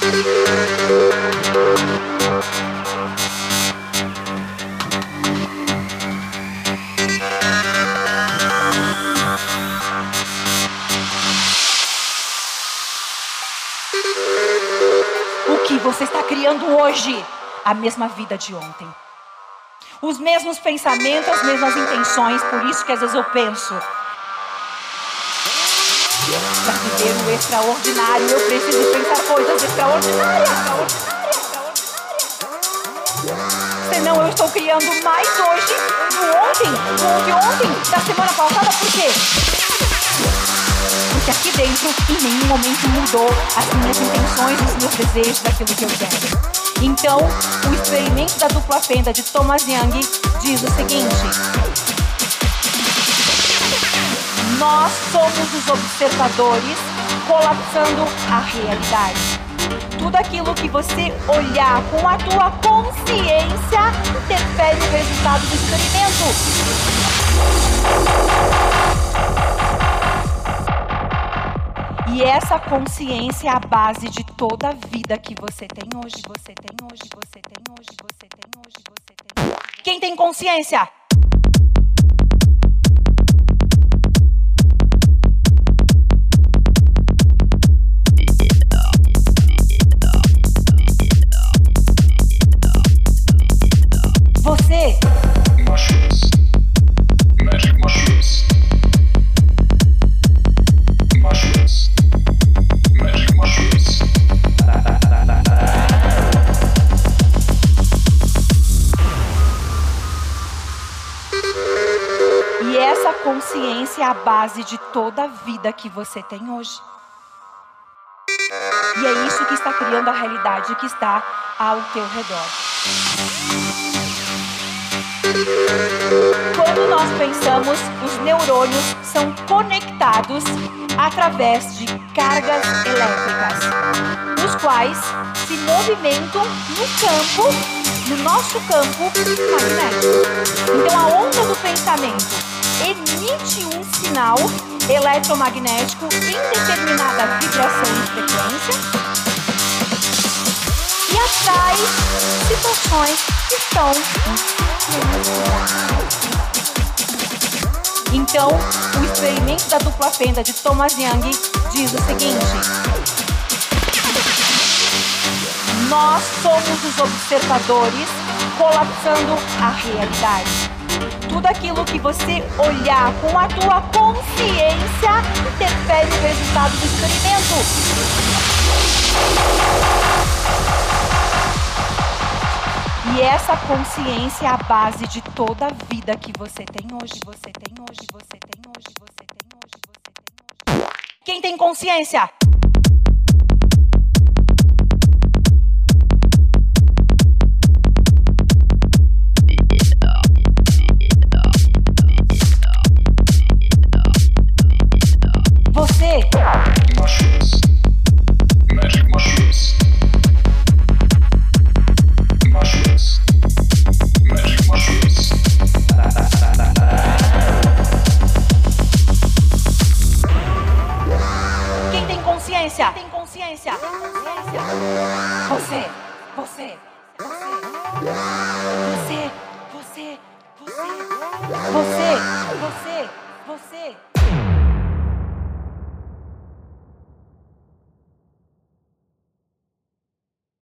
O que você está criando hoje? A mesma vida de ontem. Os mesmos pensamentos, as mesmas intenções. Por isso que às vezes eu penso, para viver o extraordinário, eu preciso pensar coisas extraordinárias. Senão eu estou criando mais hoje do que ontem, da semana passada. Por quê? Porque aqui dentro, em nenhum momento mudou as minhas intenções, os meus desejos, daquilo que eu quero. Então, o experimento da dupla fenda de Thomas Young diz o seguinte: nós somos os observadores colapsando a realidade. Tudo aquilo que você olhar com a tua consciência interfere o resultado do experimento. E essa consciência é a base de toda a vida que você tem hoje. Quem tem consciência? Você. Mushrooms. Magic mushrooms. Mushrooms. Magic mushrooms. E essa consciência é a base de toda a vida que você tem hoje. E é isso que está criando a realidade que está ao teu redor. Quando nós pensamos, os neurônios são conectados através de cargas elétricas, os quais se movimentam no nosso campo magnético. Então a onda do pensamento emite um sinal eletromagnético em determinada vibração e frequência e atrai situações que estão em. Então, o experimento da dupla fenda de Thomas Young diz o seguinte: nós somos os observadores colapsando a realidade. Tudo aquilo que você olhar com a tua consciência interfere o resultado do experimento. E essa consciência é a base de toda a vida que você tem hoje. Quem tem consciência? Você. Mushrooms. Magic mushrooms. Mushrooms. Magic mushrooms. Quem tem consciência? Você. Você.